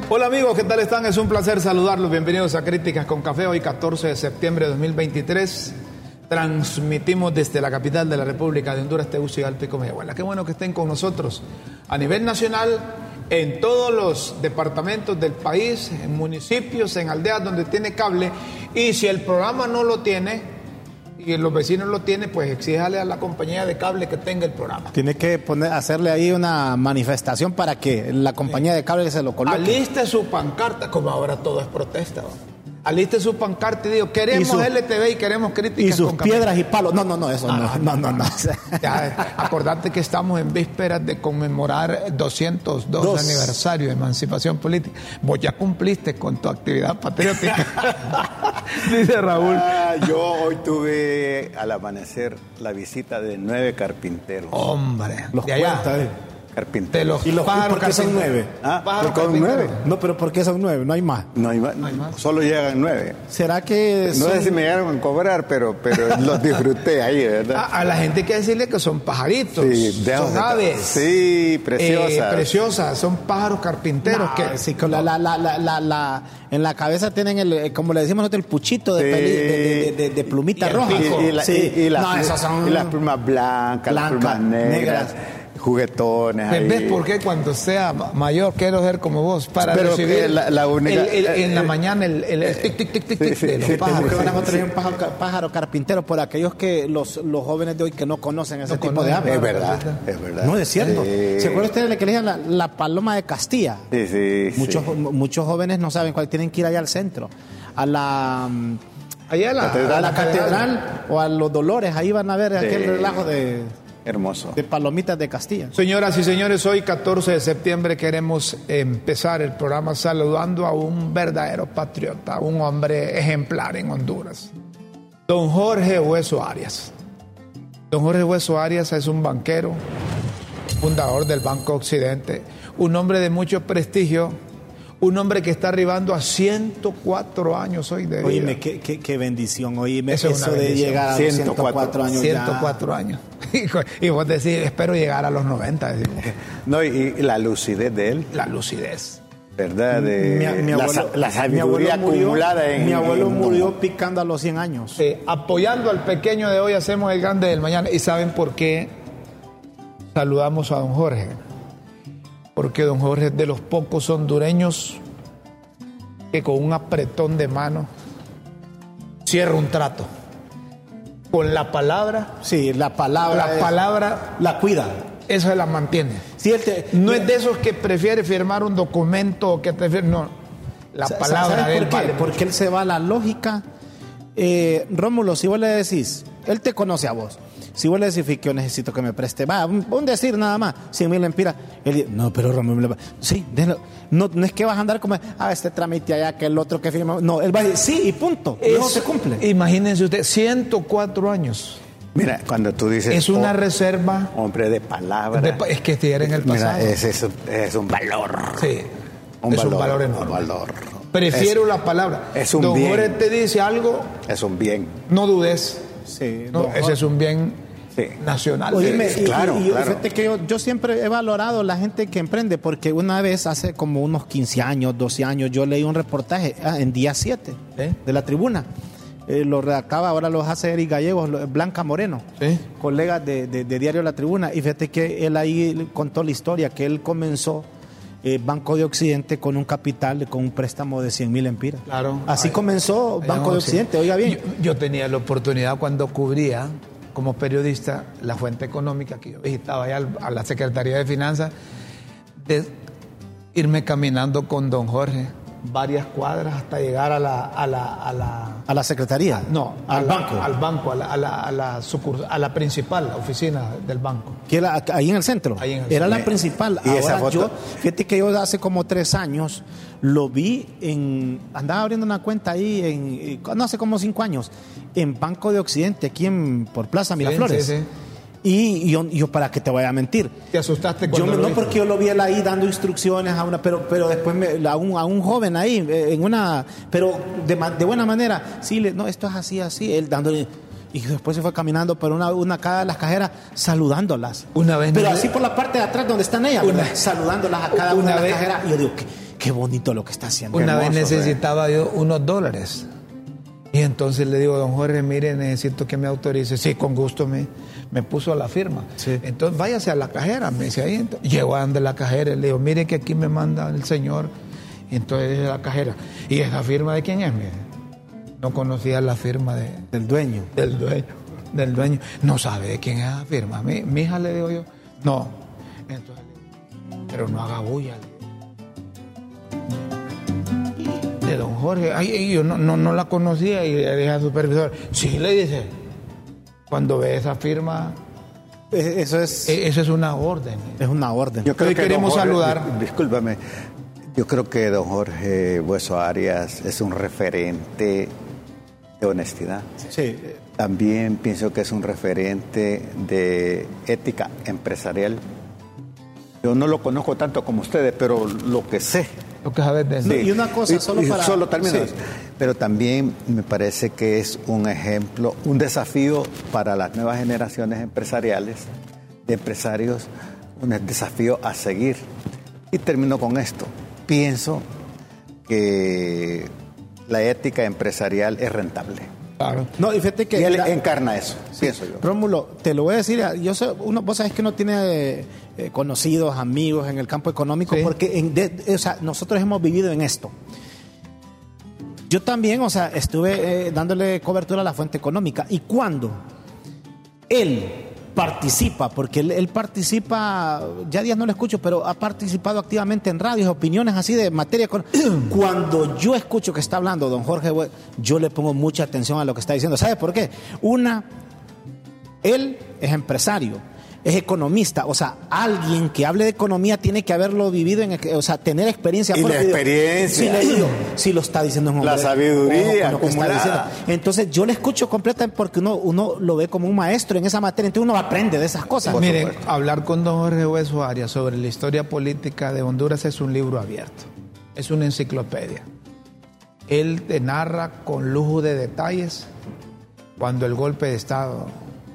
Hola amigos, ¿qué tal están? Es un placer saludarlos. Bienvenidos a Críticas con Café. Hoy 14 de septiembre de 2023. Transmitimos desde la capital de la República de Honduras, Tegucigalpa y Comayagüela. Qué bueno que estén con nosotros a nivel nacional, en todos los departamentos del país, en municipios, en aldeas donde tiene cable. Y si el programa no lo tiene y los vecinos lo tienen, pues exíjale a la compañía de cable que tenga el programa. Tiene que hacerle ahí una manifestación para que la compañía de cable se lo coloque. Aliste su pancarta, como ahora todo es protesta, ¿va? Aliste su pancarta y digo, queremos LTV y queremos Críticas y sus con Café. Piedras y palos. No, eso no. Ya, acordate que estamos en vísperas de conmemorar 202 aniversario de emancipación política. Vos ya cumpliste con tu actividad patriótica. Dice Raúl. Yo hoy tuve al amanecer la visita de 9 carpinteros. Hombre, los de allá. Cuenta, Carpinteros. ¿Y los pájaros por qué son 9? Pájaros ¿Por qué son 9? No, pero ¿por qué son 9? No hay más. No hay más. Solo llegan 9. ¿Será que no sé si me llegaron a cobrar, pero los disfruté ahí, ¿verdad? A la gente hay que decirle que son pajaritos, sí, son aves. Sí, preciosas. Preciosas, son pájaros carpinteros. Sí, con en la cabeza tienen como le decimos nosotros, el puchito de plumita roja. Y las plumas blancas, las plumas negras. Juguetones. ¿Ves por qué cuando sea mayor quiero ser como vos? Para pero recibir la única, en la mañana el tic, tic, tic, tic, tic de los pájaros. Que van a traer un pájaro carpintero por aquellos que los jóvenes de hoy que no conocen ese tipo de aves. Es verdad. No, es cierto. ¿Se acuerdan ustedes de que le dicen la paloma de Castilla? Muchos jóvenes no saben cuál, tienen que ir allá al centro. A la catedral o a los Dolores, ahí van a ver aquel relajo de... Hermoso. De palomitas de Castilla. Señoras y señores, hoy 14 de septiembre queremos empezar el programa saludando a un verdadero patriota, un hombre ejemplar en Honduras. Don Jorge Hueso Arias. Don Jorge Hueso Arias es un banquero, fundador del Banco Occidente, un hombre de mucho prestigio, un hombre que está arribando a 104 años hoy de vida. Oíme, qué bendición, oíme, eso de llegar a 104 años. 104 años. Y vos decís, espero llegar a los 90. Decimos. No, y la lucidez de él. La lucidez. ¿Verdad? La sabiduría acumulada en... Mi abuelo murió picando a los 100 años. Apoyando al pequeño de hoy, hacemos el grande del mañana. ¿Y saben por qué saludamos a don Jorge? Porque don Jorge es de los pocos hondureños que con un apretón de mano cierra un trato. Con la palabra. Sí, la palabra la cuida. Eso la mantiene. Sí, no es de esos que prefiere firmar un documento o que prefiere. No. La palabra de él. ¿Por qué? Porque él se va a la lógica. Rómulo, si vos le decís, él te conoce a vos. Si vos le decís que yo necesito que me preste, un decir nada más, 100,000 lempiras. Él dice, no, pero Rómulo, sí, no es que vas a andar como, este trámite allá, que el otro que firma. No, él va a decir, sí, y punto. No se cumple. Imagínense usted, 104 años. Mira, cuando tú dices... Es una reserva... Hombre de palabra. Es que era en el pasado. Mira, es un valor. Sí, un valor enorme. Un valor. Prefiero la palabra. Es un bien. Don Jorge te dice algo... Es un bien. No dudes. Sí. Ese es un bien... Sí. Nacional. Oíme, claro. Fíjate que yo siempre he valorado la gente que emprende, porque una vez, hace como unos 15 años, 12 años, yo leí un reportaje en Día 7 de La Tribuna. Lo redactaba, ahora los hace Eric Gallegos, Blanca Moreno, colega de Diario La Tribuna, y fíjate que él ahí contó la historia, que él comenzó Banco de Occidente con un capital, con un préstamo de 100,000 lempiras. Claro. Así comenzó Banco de Occidente, oiga bien. Yo tenía la oportunidad cuando cubría como periodista la fuente económica, que yo visitaba allá a la Secretaría de Finanzas, de irme caminando con don Jorge varias cuadras hasta llegar a la secretaría. No, al banco. Al banco, a la principal oficina del banco. ¿Que era ahí en el centro? Ahí en el era centro. La principal. ¿Y ahora esa foto? Fíjate que yo hace como 3 años lo vi andaba abriendo una cuenta ahí no hace como 5 años, en Banco de Occidente, aquí por Plaza Miraflores. Sí. Y yo, ¿para qué te voy a mentir? ¿Te asustaste cuando No, porque yo lo vi él ahí dando instrucciones pero después a un joven ahí, pero de buena manera. Sí, no, esto es así, él dándole... Y después se fue caminando por una cada de las cajeras saludándolas. Una vez pero así por la parte de atrás donde están ellas, saludándolas a cada una de las cajeras. Y yo digo, qué bonito lo que está haciendo. Una vez hermoso, necesitaba yo unos $. Y entonces le digo, don Jorge, mire, necesito que me autorice. Sí, con gusto me puso la firma. Sí. Entonces váyase a la cajera, me dice ahí. Llegó a donde la cajera y le digo, mire que aquí me manda el señor. Y entonces la cajera. ¿Y esa firma de quién es? Mire, no conocía la firma Del dueño. Del dueño. No sabe de quién es esa firma. Mi hija, le digo yo, no. Entonces, pero no haga bulla. De don Jorge. Ay, yo no la conocía y le dije al supervisor, sí, le dice, cuando ve esa firma, Eso es una orden. Es una orden. Yo creo Hoy que queremos don Jorge, saludar. Discúlpame. Yo creo que don Jorge Hueso Arias es un referente de honestidad. Sí. También pienso que es un referente de ética empresarial. Yo no lo conozco tanto como ustedes, pero lo que sé. Lo que sabes de él. No, y una cosa, solo termino. Sí. Pero también me parece que es un ejemplo, un desafío para las nuevas generaciones empresariales, de empresarios, un desafío a seguir. Y termino con esto. Pienso que la ética empresarial es rentable. Claro. No, y fíjate que... Y él encarna eso, pienso yo. Rómulo, te lo voy a decir, vos sabés que uno tiene conocidos, amigos en el campo económico, Sí. porque nosotros hemos vivido en esto. Yo también, estuve dándole cobertura a la fuente económica, y cuando él participa, porque él participa, ya días no lo escucho, pero ha participado activamente en radios, opiniones así de materia económica. Cuando yo escucho que está hablando don Jorge, yo le pongo mucha atención a lo que está diciendo. ¿Sabes por qué? Él es empresario, es economista, alguien que hable de economía tiene que haberlo vivido, tener experiencia. Y la experiencia. Sí, lo está diciendo un hombre. La sabiduría Ojo con lo que está acumulada. diciendo. Entonces yo le escucho completamente porque uno lo ve como un maestro en esa materia, entonces uno aprende de esas cosas. Miren, hablar con don Jorge Hueso Arias sobre la historia política de Honduras es un libro abierto, es una enciclopedia. Él te narra con lujo de detalles cuando el golpe de Estado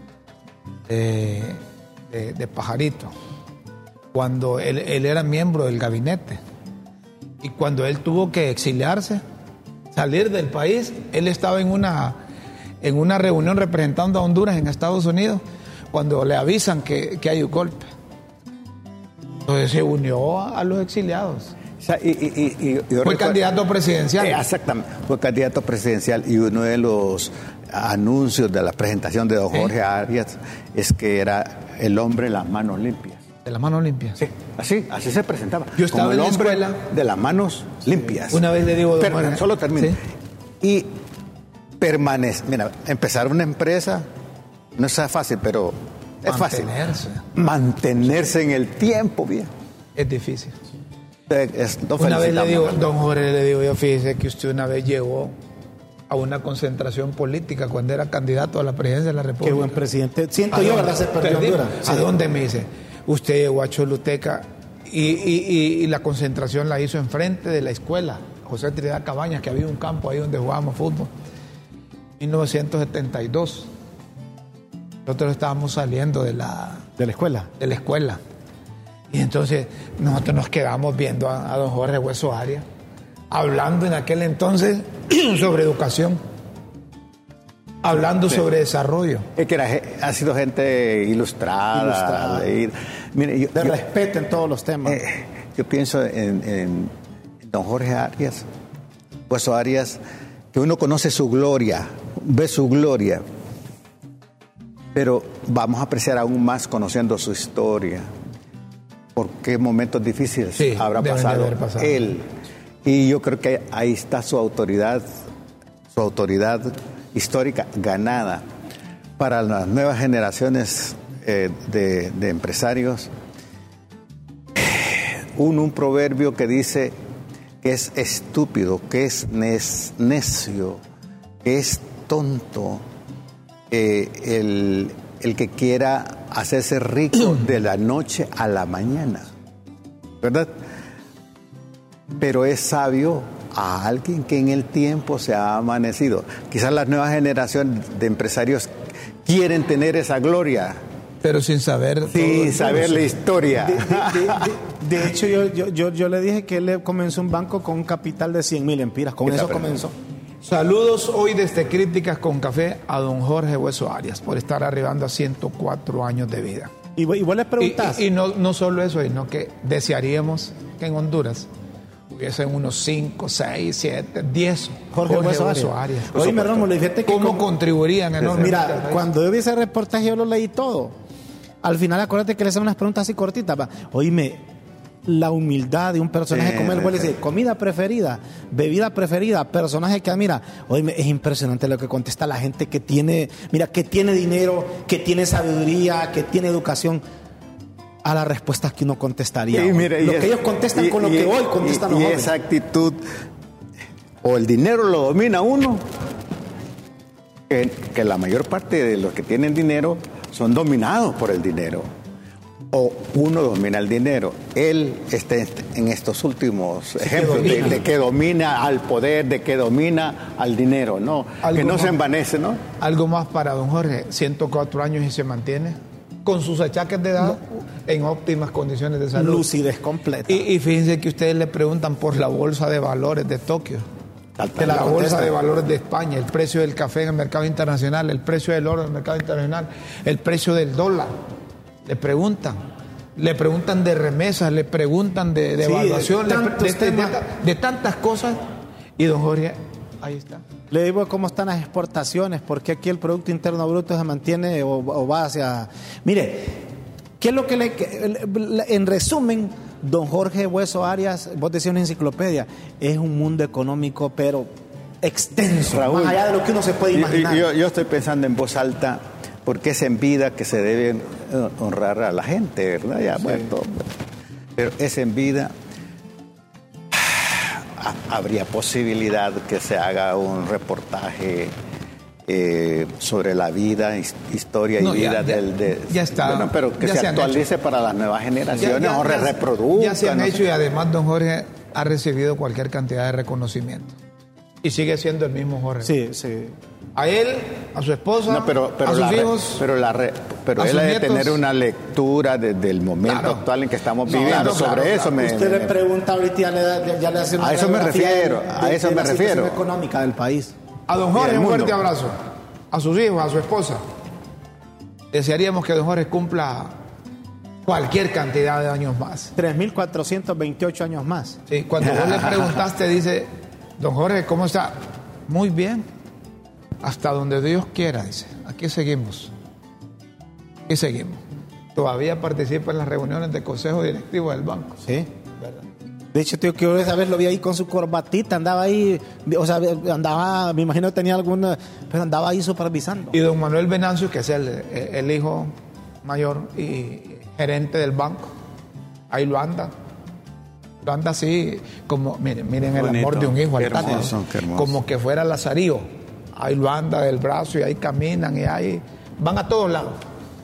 de Pajarito, cuando él era miembro del gabinete y cuando él tuvo que exiliarse, salir del país. Él estaba en una reunión representando a Honduras en Estados Unidos cuando le avisan que hay un golpe. Entonces se unió a los exiliados. Fue candidato presidencial. Exactamente, fue candidato presidencial, y uno de los anuncios de la presentación de don Jorge Arias es que era el hombre de las manos limpias. De las manos limpias. Sí, así se presentaba. Yo estaba como en el la hombre escuela de las manos limpias. Una vez le digo... Pero, solo termino. ¿Sí? Y permanece. Mira, empezar una empresa no es fácil, pero es fácil. Mantenerse en el tiempo, bien. Es difícil. Una vez le digo, don Jorge, le digo yo, fíjese que usted una vez llegó a una concentración política cuando era candidato a la presidencia de la República. Qué buen presidente. Siento yo, ¿verdad? Se perdió Honduras. ¿A dónde? Me dice, usted llegó a Choluteca y la concentración la hizo enfrente de la escuela José Trinidad Cabañas, que había un campo ahí donde jugábamos fútbol. 1972. Nosotros estábamos saliendo de la escuela. De la escuela. Y entonces nosotros nos quedamos viendo a don Jorge Hueso Arias, hablando en aquel entonces sobre educación, hablando sobre desarrollo. Es que ha sido gente ilustrada. Mire, de respeto en todos los temas. Yo pienso en don Jorge Arias, Hueso Arias, que uno conoce su gloria, ve su gloria, pero vamos a apreciar aún más conociendo su historia. Por qué momentos difíciles habrá pasado él. Y yo creo que ahí está su autoridad histórica ganada para las nuevas generaciones de empresarios. Un proverbio que dice que es estúpido, que es necio, que es tonto el que quiera hacerse rico de la noche a la mañana, ¿verdad? Pero es sabio a alguien que en el tiempo se ha amanecido. Quizás las nuevas generaciones de empresarios quieren tener esa gloria Pero sin saber. Sin saber la historia. De hecho, yo le dije que él comenzó un banco con un capital de 100,000 empiras. Con eso comenzó. Saludos hoy desde Críticas con Café a don Jorge Hueso Arias por estar arribando a 104 años de vida. Y vos le preguntás. Y no solo eso, sino que desearíamos que en Honduras hubiesen unos 5, 6, 7, 10 Jorge Hueso Arias. Oíme, Rómulo, fíjate que ¿Cómo contribuirían enormemente? Mira, cuando yo vi ese reportaje yo lo leí todo. Al final acuérdate que le hacen unas preguntas así cortitas. Oíme, la humildad de un personaje como él, le dice, comida preferida, bebida preferida, personaje que admira. Oíme, es impresionante lo que contesta la gente que tiene, mira, que tiene dinero, que tiene sabiduría, que tiene educación, a las respuestas que uno contestaría. Y mira, lo que ellos contestan con lo que hoy contestan los jóvenes. Esa actitud, o el dinero lo domina uno, que la mayor parte de los que tienen dinero son dominados por el dinero. O uno domina el dinero. Él está en estos últimos ejemplos de que domina al poder, de que domina al dinero, ¿no? Que no se envanece, ¿no? Algo más para don Jorge, 104 años y se mantiene con sus achaques de edad en óptimas condiciones de salud. Lucidez completa. Y fíjense que ustedes le preguntan por la bolsa de valores de Tokio, de la bolsa de valores de España, el precio del café en el mercado internacional, el precio del oro en el mercado internacional, el precio del dólar. Le preguntan de remesas, le preguntan de evaluación, de tantas cosas. Y don Jorge, ahí está. Le digo cómo están las exportaciones, porque aquí el Producto Interno Bruto se mantiene o va hacia... Mire, ¿qué es lo que en resumen, don Jorge Hueso Arias, vos decías una enciclopedia, es un mundo económico, pero extenso, Raúl, más allá de lo que uno se puede imaginar. Yo estoy pensando en voz alta, porque es en vida que se debe honrar a la gente, ¿verdad? Ya muerto. Pero es en vida. Habría posibilidad que se haga un reportaje sobre la vida, historia y vida ya está. Bueno, pero que se actualice para las nuevas generaciones o reproduzcan. Ya se han hecho y además don Jorge ha recibido cualquier cantidad de reconocimiento. Y sigue siendo el mismo Jorge. Sí, sí. A él, a su esposa, a sus hijos. Pero él ha de tener una lectura del momento actual en que estamos viviendo sobre eso. Usted le pregunta ahorita, ya le hace una a eso me refiero, la situación económica del país. A don Jorge un fuerte abrazo. A sus hijos, a su esposa. Desearíamos que don Jorge cumpla cualquier cantidad de años más. 3.428 años más. Sí, cuando vos le preguntaste, dice, don Jorge, ¿cómo está? Muy bien. Hasta donde Dios quiera, dice. Aquí seguimos. Aquí seguimos. Todavía participa en las reuniones de consejo directivo del banco. Sí. ¿Verdad? De hecho, tío, que esa vez lo vi ahí con su corbatita, andaba ahí, o sea, andaba, me imagino que tenía alguna, pero andaba ahí supervisando. Y don Manuel Venancio, que es el hijo mayor y gerente del banco, ahí lo anda. Lo anda así, como, miren el bonito, amor de un hijo al tanto, como que fuera Lazarío. Ahí lo anda del brazo y ahí caminan y ahí van a todos lados.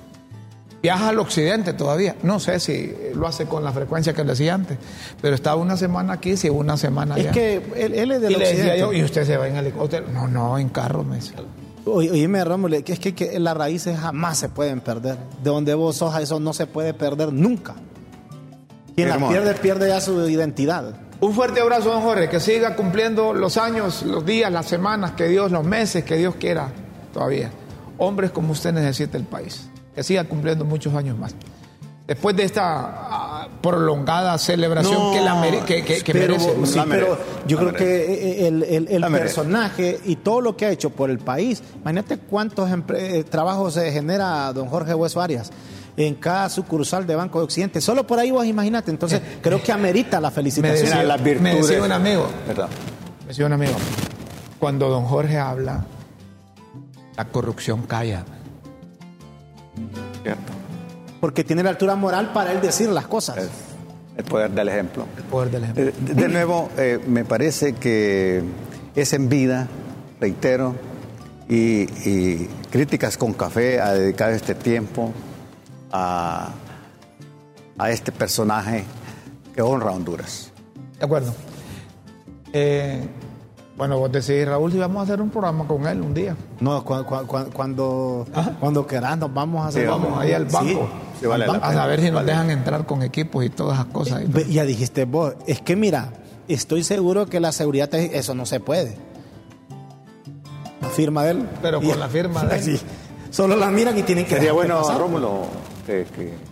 Viaja al occidente todavía. No sé si lo hace con la frecuencia que le decía antes, pero estaba una semana aquí, sí, una semana allá. Es que él es del occidente. Y le decía yo, ¿y usted se va en helicóptero? No, en carro, me decía. Oíme, Rómulo, es que las raíces jamás se pueden perder. De donde vos sos, eso no se puede perder nunca. Quien la pierde ya su identidad. Un fuerte abrazo, don Jorge, que siga cumpliendo los años, los días, las semanas, los meses que Dios quiera todavía. Hombres como usted necesita el país, que siga cumpliendo muchos años más. Después de esta prolongada celebración que merece. Sí, pero yo creo que el personaje y todo lo que ha hecho por el país, imagínate cuántos trabajos se genera don Jorge Hueso Arias en cada sucursal de Banco de Occidente. Solo por ahí vos imagínate. Entonces, creo que amerita la felicitación. Me decía un amigo, cuando don Jorge habla, la corrupción calla. Cierto. Porque tiene la altura moral para él decir las cosas. El poder del ejemplo. El poder del ejemplo. De nuevo, me parece que es en vida, reitero, y Críticas con Café ha dedicado este tiempo a este personaje que honra a Honduras. De acuerdo. Bueno, vos decís, Raúl, si vamos a hacer un programa con él un día. No, cuando querás nos vamos a hacer. Sí, vamos ahí al banco. Sí, vale la a pena. saber si nos dejan entrar con equipos y todas esas cosas. Ya dijiste vos, es que mira, estoy seguro que la seguridad, eso no se puede. La firma de él. Pero con la firma de él. Sí. Solo la miran y tienen que... Sería dejar bueno, pasar. Rómulo, que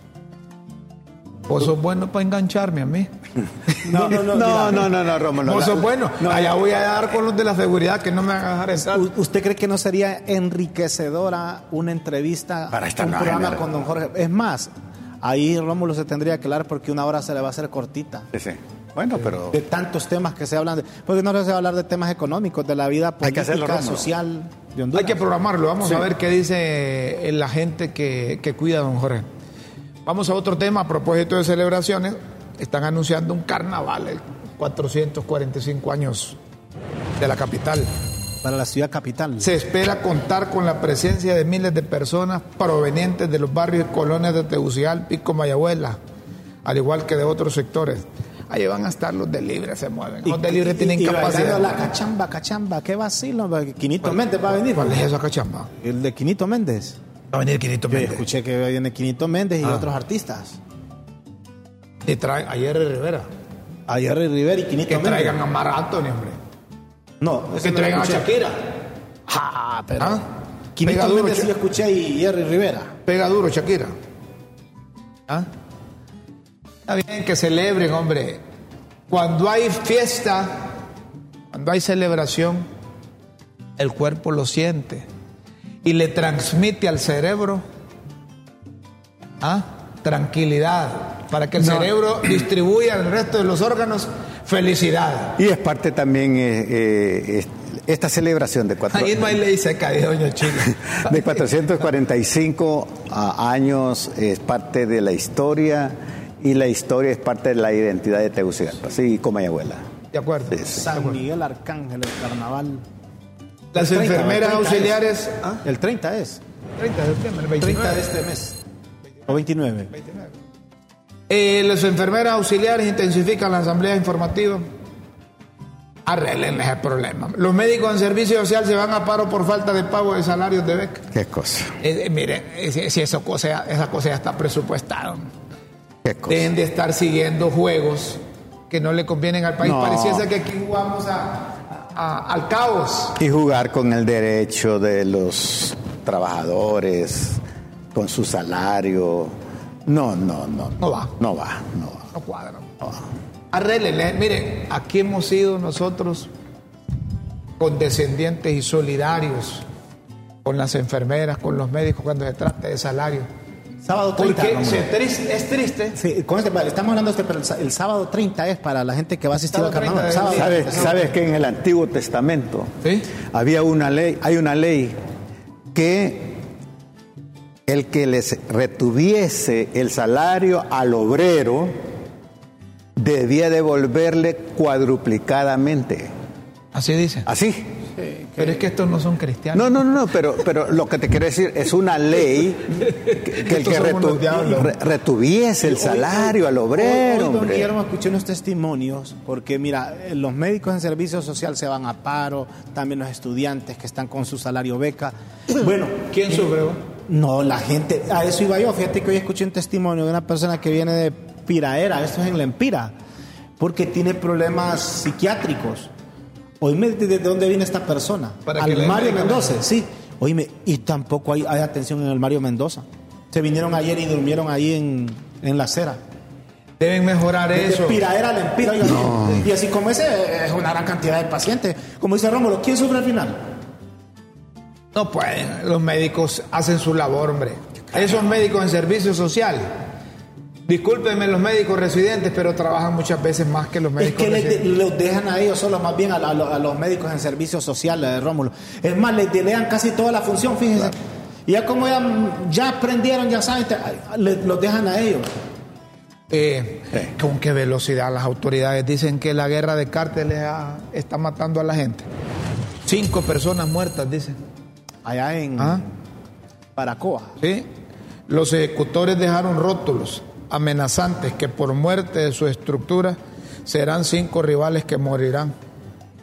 Vos sos bueno para engancharme a mí. No, Rómulo. Vos sos bueno. No, Allá voy a dar con los de la seguridad que no me van a dejar entrar. ¿Usted cree que no sería enriquecedora una entrevista, Para esta un nueva programa generación? con don Jorge? Es más, ahí Rómulo se tendría que hablar porque una hora se le va a hacer cortita. Sí. Bueno, pero... De tantos temas que se hablan, porque no se va a hablar de temas económicos, de la vida Hay que política, hacerlo, Rómulo. social de Honduras. Hay que programarlo. Vamos a ver qué dice la gente que cuida a don Jorge. Vamos a otro tema a propósito de celebraciones. Están anunciando un carnaval, el 445 años de la capital. Para la ciudad capital. Se espera contar con la presencia de miles de personas provenientes de los barrios y colonias de Tegucigalpa y Comayagüela, al igual que de otros sectores. Ahí van a estar los de Libre, se mueven. Los de Libre tienen capacidad. La cachamba, qué vacilo. Quinito Méndez va a venir. ¿Cuál es esa cachamba? El de Quinito Méndez. Va a venir Quinito Yo Méndez. escuché que viene Quinito Méndez y otros artistas. Y traen a Jerry Rivera. A Jerry Rivera y Quinito Que Méndez. traigan a Mar Anthony, hombre. No, Que traigan a Shakira. Pero ¿Ah? Quinito Pega duro, Méndez sí escuché y Jerry Rivera. Pega duro, Shakira. ¿Ah? Está bien que celebren, hombre. Cuando hay fiesta, cuando hay celebración, el cuerpo lo siente y le transmite al cerebro tranquilidad, para que el cerebro distribuya al resto de los órganos felicidad. Y es parte también esta celebración de Ahí no hay ley seca, dijo doña Chile. de 445 años, es parte de la historia, y la historia es parte de la identidad de Tegucigalpa, sí, y Comayagüela. De acuerdo. Sí, sí. San Miguel Arcángel, el carnaval. Las El 30, enfermeras el 30 auxiliares. El 30 es. 30 de septiembre, el 30 29. de este mes. O 29. Las enfermeras auxiliares intensifican la asamblea informativa. Arreglen ese problema. Los médicos en servicio social se van a paro por falta de pago de salarios de beca. Qué cosa. Miren, si esa cosa ya está presupuestada. Qué cosa. Dejen de estar siguiendo juegos que no le convienen al país. No. Pareciese que aquí jugamos al caos. Y jugar con el derecho de los trabajadores, con su salario. No va. No va. No cuadra. Arréglenle. Miren, aquí hemos sido nosotros condescendientes y solidarios con las enfermeras, con los médicos cuando se trata de salario. Sábado 30. Porque Rómulo. es triste. Sí, vale, estamos hablando de pero el sábado 30 es para la gente que va a asistir al Sábado 30 carnaval. de Sábado, diciembre. ¿Sabes que en el Antiguo Testamento ¿Sí? hay una ley que el que les retuviese el salario al obrero debía devolverle cuadruplicadamente? Así dice. Así. Pero es que estos no son cristianos. No, pero lo que te quiero decir es una ley que el Estos que somos los diablos. retuviese el salario al obrero, Hoy don hombre. Guillermo escuché unos testimonios, porque mira, los médicos en servicio social se van a paro, también los estudiantes que están con su salario beca. Bueno, ¿Quién sufre? no, la gente, a eso iba yo. Fíjate que hoy escuché un testimonio de una persona que viene de Piraera, esto es en La Empira, porque tiene problemas psiquiátricos. Oíme, ¿de dónde viene esta persona? Para que Al le Mario den Mendoza, sí. Oíme, y tampoco hay atención en el Mario Mendoza. Se vinieron ayer y durmieron ahí en la acera. Deben mejorar De eso. Piraera a La Empira, oiga, y así como ese es una gran cantidad de pacientes. Como dice Rómulo, ¿quién sufre al final? No pueden. Los médicos hacen su labor, hombre. Esos médicos en servicio social. Discúlpenme los médicos residentes, pero trabajan muchas veces más que los Es médicos que residentes. los dejan a ellos solo, más bien a los médicos en servicio social, Rómulo. Es más, les delegan casi toda la función, fíjense. Y ya como ya aprendieron, ya saben, los dejan a ellos. ¿Con qué velocidad las autoridades dicen que la guerra de cárteles está matando a la gente? 5 personas muertas, dicen. Allá en Paracoa. ¿Sí? Los ejecutores dejaron rótulos amenazantes que por muerte de su estructura serán 5 rivales que morirán.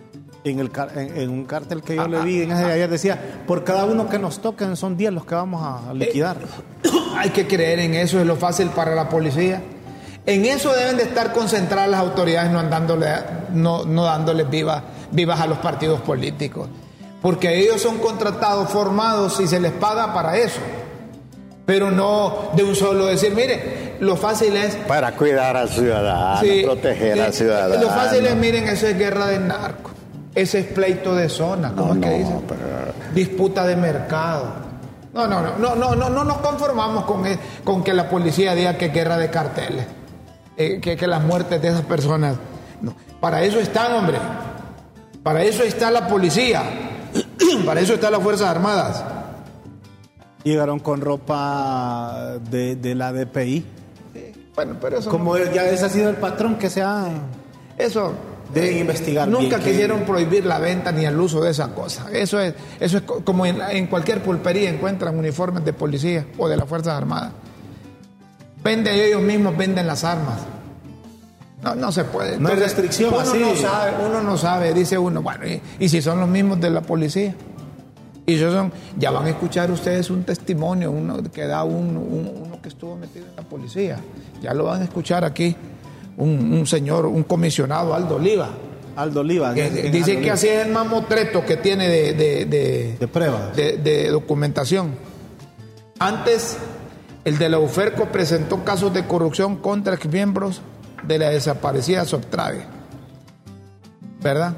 En un cartel que yo le vi en ese de ayer decía, por cada uno que nos toquen son 10 los que vamos a liquidar. Hay que creer en eso, es lo fácil para la policía. En eso deben de estar concentradas las autoridades, no dándoles vivas a los partidos políticos. Porque ellos son contratados, formados y se les paga para eso. Pero no de un solo decir, mire, lo fácil es... Para cuidar al ciudadano, proteger al ciudadano. Lo fácil es, miren, eso es guerra de narcos. Ese es pleito de zona, ¿cómo es que dicen? Pero... disputa de mercado. No nos conformamos con que la policía diga que es guerra de carteles, que las muertes de esas personas. No. Para eso están, hombre. Para eso está la policía. Para eso están las Fuerzas Armadas. Llegaron con ropa de la DPI. Sí. Bueno, pero eso... como ya ese ha sido el patrón que se ha... Eso... deben investigar. Nunca quisieron prohibir la venta ni el uso de esa cosa. Eso es como en cualquier pulpería encuentran uniformes de policía o de las Fuerzas Armadas. Ellos mismos venden las armas. No se puede. No hay restricción así. Uno no sabe, dice uno, bueno, y si son los mismos de la policía. Y ya van a escuchar ustedes un testimonio, uno que da uno que estuvo metido en la policía. Ya lo van a escuchar aquí. Un señor, un comisionado, Aldo Oliva, dice que así es el mamotreto que tiene de pruebas, de documentación. Antes, el de la UFERCO presentó casos de corrupción contra exmiembros de la desaparecida Soptrave, ¿verdad?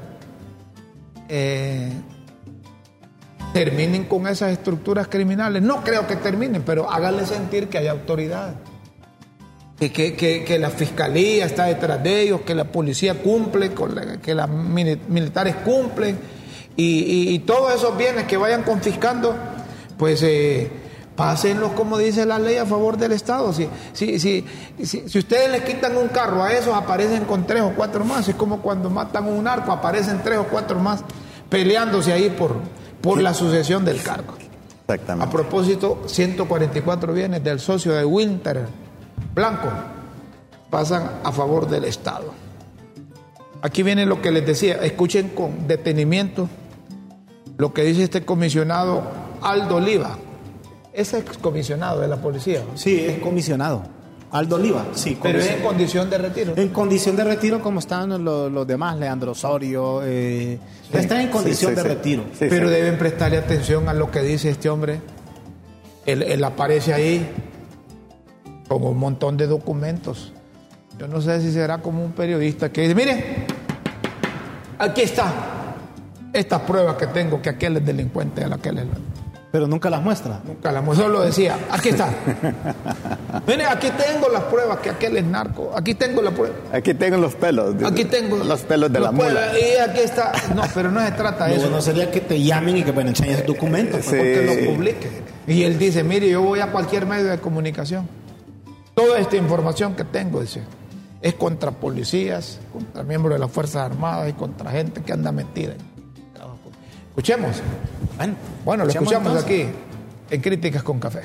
Terminen con esas estructuras criminales. No creo que terminen, pero háganle sentir que hay autoridad. Que la fiscalía está detrás de ellos, que la policía cumple, que los militares cumplen, y todos esos bienes que vayan confiscando, pues pásenlos, como dice la ley, a favor del Estado. Si ustedes les quitan un carro a esos, aparecen con 3 o 4 más. Es como cuando matan un narco, aparecen 3 o 4 más peleándose ahí por la sucesión del cargo. Exactamente. A propósito, 144 bienes del socio de Winter Blanco pasan a favor del Estado. Aquí viene lo que les decía, escuchen con detenimiento lo que dice este comisionado Aldo Oliva. Es excomisionado de la policía, ¿no? Sí, es comisionado. Aldo Oliva, sí. Pero es en condición de retiro. En condición de retiro, como están los demás, Leandro Osorio, están en condición de retiro. Sí, pero deben prestarle atención a lo que dice este hombre. Él aparece ahí con un montón de documentos. Yo no sé si será como un periodista que dice, mire, aquí está estas pruebas que tengo que aquel es delincuente, aquel es... Pero nunca las muestra. Nunca las muestra, solo decía, aquí está. Mire, aquí tengo las pruebas que aquel es narco. Aquí tengo la prueba. Aquí tengo los pelos. Aquí tengo los pelos de la mula. Y aquí está. No, pero no se trata de eso. No sería que te llamen y que bueno, enseñes documentos. Sí. Porque lo publiquen. Y él dice, mire, yo voy a cualquier medio de comunicación. Toda esta información que tengo, dice, es contra policías, contra miembros de las Fuerzas Armadas y contra gente que anda metida. Escuchemos. Bueno, lo escuchamos aquí en Críticas con Café.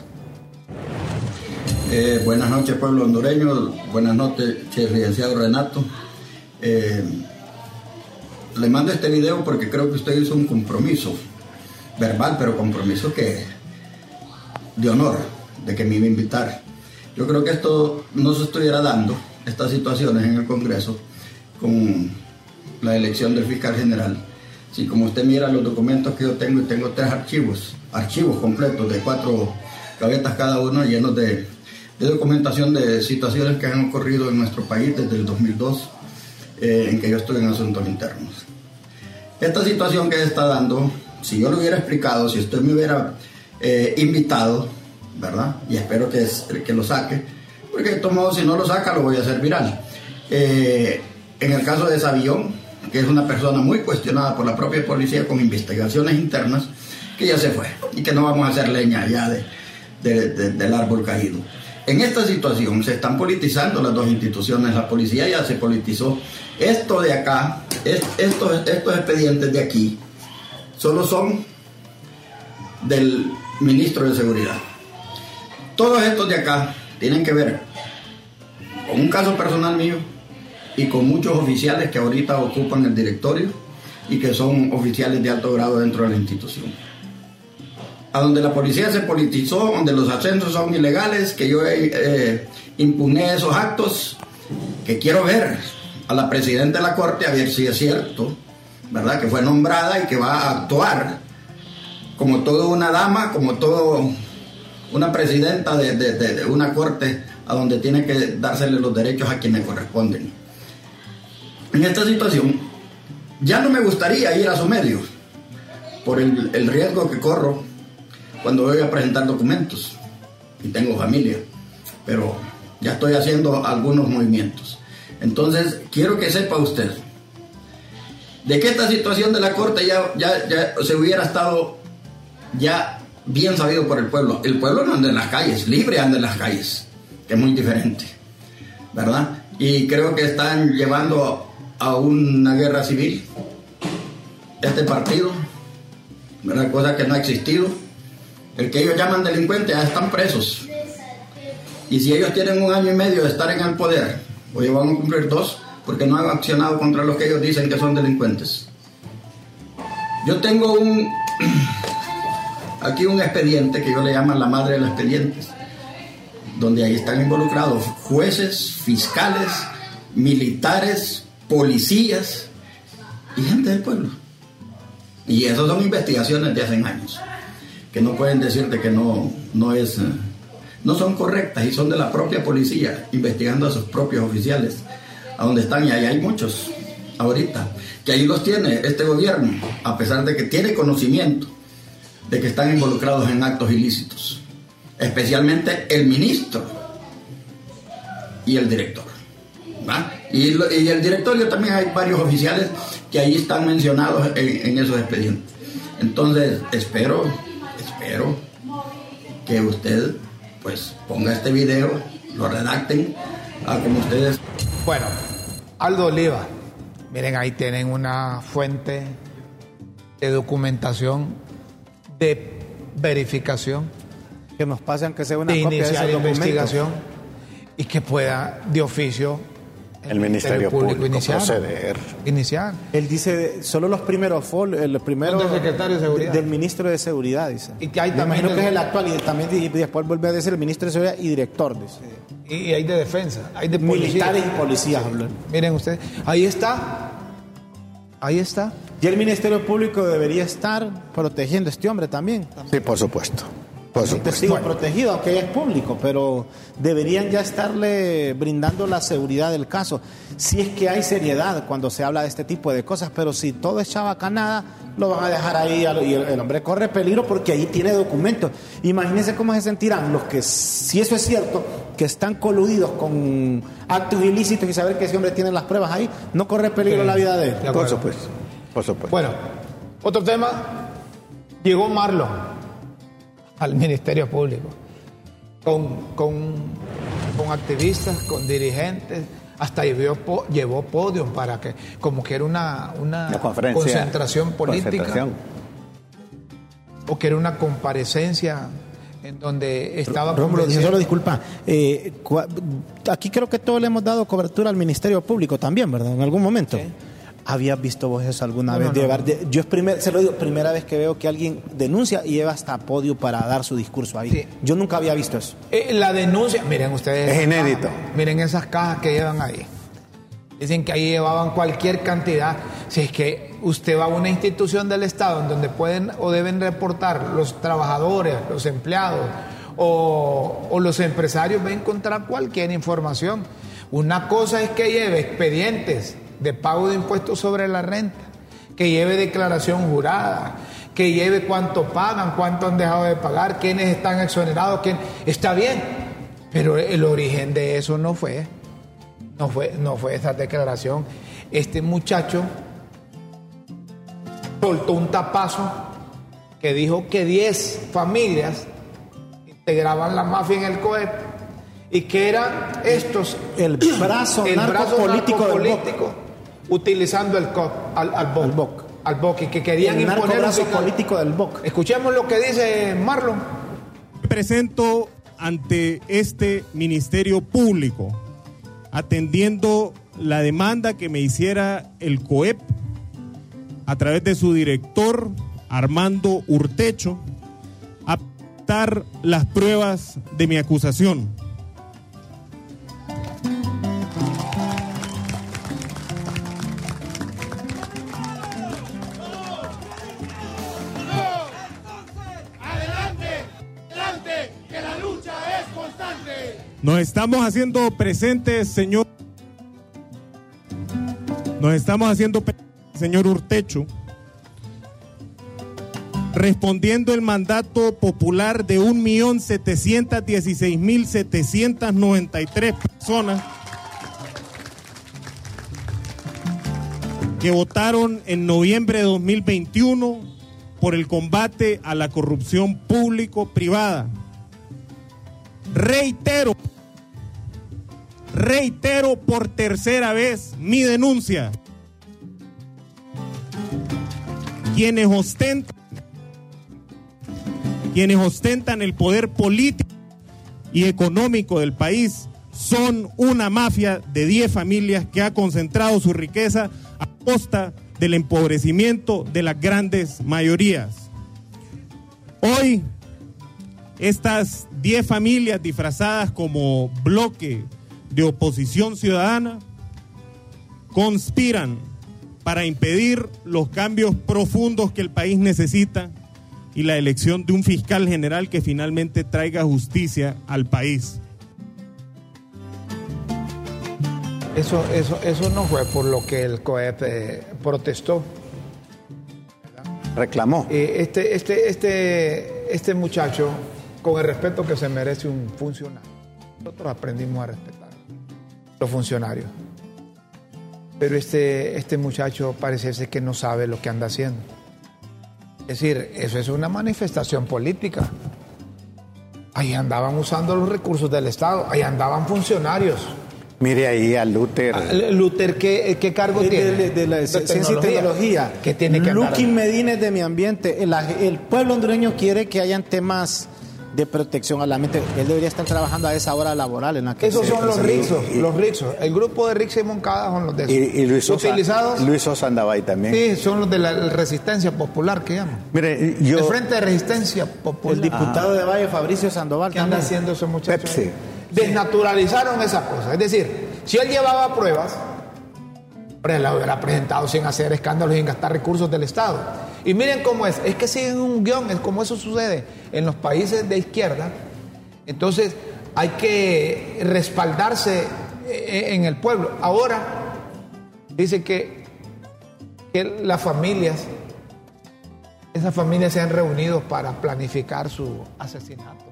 Buenas noches, pueblo hondureño. Buenas noches, licenciado Renato. Le mando este video porque creo que usted hizo un compromiso verbal, pero compromiso de honor, de que me iba a invitar. Yo creo que esto no se estuviera dando, estas situaciones en el Congreso, con la elección del fiscal general. Si como usted mira los documentos que yo tengo, y tengo 3 archivos completos de 4 gavetas cada uno, llenos de documentación de situaciones que han ocurrido en nuestro país desde el 2002, en que yo estuve en asuntos internos. Esta situación que se está dando, si yo lo hubiera explicado, si usted me hubiera invitado, ¿verdad? Y espero que lo saque, porque de todos modos, si no lo saca, lo voy a hacer viral. En el caso de Savillón, que es una persona muy cuestionada por la propia policía con investigaciones internas, que ya se fue y que no vamos a hacer leña ya del árbol caído. En esta situación se están politizando las dos instituciones. La policía ya se politizó. Esto de acá, estos expedientes de aquí, solo son del ministro de Seguridad. Todos estos de acá tienen que ver con un caso personal mío y con muchos oficiales que ahorita ocupan el directorio y que son oficiales de alto grado dentro de la institución. A donde la policía se politizó, donde los ascensos son ilegales, que yo impugné esos actos, que quiero ver a la presidenta de la Corte a ver si es cierto, ¿verdad?, que fue nombrada y que va a actuar como toda una dama, como toda una presidenta de una corte a donde tiene que dársele los derechos a quienes corresponden. En esta situación, ya no me gustaría ir a su medio por el riesgo que corro cuando voy a presentar documentos y tengo familia, pero ya estoy haciendo algunos movimientos. Entonces, quiero que sepa usted de que esta situación de la Corte ya se hubiera estado ya bien sabido por el pueblo. El pueblo no anda en las calles, libre anda en las calles, que es muy diferente, ¿verdad? Y creo que están llevando a una guerra civil este partido, ¿verdad?, cosa que no ha existido. El que ellos llaman delincuentes ya están presos. Y si ellos tienen 1 año y medio de estar en el poder, hoy van a cumplir 2, porque no han accionado contra los que ellos dicen que son delincuentes. Yo tengo aquí un expediente que yo le llamo la madre de los expedientes, donde ahí están involucrados jueces, fiscales, militares, policías y gente del pueblo. Y esas son investigaciones de hace años, que no pueden decirte que no son correctas, y son de la propia policía, investigando a sus propios oficiales, a donde están, y ahí hay muchos ahorita, que ahí los tiene este gobierno, a pesar de que tiene conocimiento de que están involucrados en actos ilícitos, especialmente el ministro y el director, ¿va? Y el directorio también hay varios oficiales que ahí están mencionados en esos expedientes. Entonces, espero que usted pues ponga este video, lo redacten como ustedes. Bueno, Aldo Oliva, miren, ahí tienen una fuente de documentación, de verificación, que nos pasen que sea una de copia de iniciar ese investigación y que pueda de oficio el Ministerio Público iniciar. Él dice solo los primeros del secretario de Seguridad, del ministro de Seguridad, dice. Y que hay me también imagino que es el actual, y también después vuelve a decir el ministro de Seguridad y director, dice. Y hay de defensa, hay de policía. Militares y policías. Miren ustedes, ahí está. Y el Ministerio Público debería estar protegiendo a este hombre también. Sí, por supuesto. Testigo protegido, aunque es público, pero deberían ya estarle brindando la seguridad del caso. Si es que hay seriedad cuando se habla de este tipo de cosas, pero si todo es chavacanada, lo van a dejar ahí y el hombre corre peligro porque ahí tiene documentos. Imagínense cómo se sentirán los que, si eso es cierto, que están coludidos con actos ilícitos y saber que ese hombre tiene las pruebas ahí, no corre peligro la vida de él. Por supuesto. Bueno, otro tema, llegó Marlon al Ministerio Público con activistas, con dirigentes, hasta llevó podium para que, como que era una concentración política, o que era una comparecencia en donde estaba... Rómulo, solo disculpa, aquí creo que todos le hemos dado cobertura al Ministerio Público también, ¿verdad? En algún momento. ¿Sí? ¿Habías visto vos eso alguna vez? Yo se lo digo, primera vez que veo que alguien denuncia y lleva hasta podio para dar su discurso ahí. Sí. Yo nunca había visto eso. La denuncia, miren ustedes. Es inédito. Miren esas cajas que llevan ahí. Dicen que ahí llevaban cualquier cantidad. Si es que usted va a una institución del Estado en donde pueden o deben reportar los trabajadores, los empleados o los empresarios, va a encontrar cualquier información. Una cosa es que lleve expedientes de pago de impuestos sobre la renta, que lleve declaración jurada, que lleve cuánto pagan, cuánto han dejado de pagar, quiénes están exonerados, está bien, pero el origen de eso no fue esa declaración. Este muchacho soltó un tapazo que dijo que 10 familias integraban la mafia en el COEP y que eran estos el brazo narcopolítico utilizando el COP, al BOC, y que querían imponer el brazo político del BOC. Escuchemos lo que dice Marlon. Me presento ante este Ministerio Público atendiendo la demanda que me hiciera el COEP a través de su director, Armando Urtecho, a aceptar las pruebas de mi acusación. Nos estamos haciendo presentes, señor Urtecho, respondiendo el mandato popular de 1.716.793 personas que votaron en noviembre de 2021 por el combate a la corrupción público-privada. Reitero por tercera vez mi denuncia. Quienes ostentan el poder político y económico del país son una mafia de 10 familias que ha concentrado su riqueza a costa del empobrecimiento de las grandes mayorías. Hoy, estas 10 familias disfrazadas como bloque de oposición ciudadana conspiran para impedir los cambios profundos que el país necesita y la elección de un fiscal general que finalmente traiga justicia al país. Eso no fue por lo que el COEP protestó. Reclamó. Este muchacho, con el respeto que se merece un funcionario, nosotros aprendimos a respetar los funcionarios. Pero este muchacho parece ser que no sabe lo que anda haciendo. Es decir, eso es una manifestación política. Ahí andaban usando los recursos del Estado, ahí andaban funcionarios. Mire ahí a Luther. Luther, ¿qué cargo tiene? De la ciencia y tecnología. ¿Qué tiene que andar? Lucky Medina es de mi ambiente. El pueblo hondureño quiere que hayan temas de protección a la mente. Él debería estar trabajando a esa hora laboral en la que esos son los Rixos. El grupo de Rixos y Moncada son los de esos. Y Luis Sosa, utilizados. Luis Sosa andaba ahí también. Sí, son los de la Resistencia Popular que llaman. Mire, el Frente de Resistencia Popular. El diputado de Valle, Fabricio Sandoval. ¿Qué anda haciendo ese muchacho? Pepsi. Desnaturalizaron esas cosas. Es decir, si él llevaba pruebas, él la hubiera presentado sin hacer escándalos y sin gastar recursos del Estado. Y miren cómo es que siguen un guión, es como eso sucede en los países de izquierda. Entonces hay que respaldarse en el pueblo. Ahora dice que las familias, esas familias se han reunido para planificar su asesinato.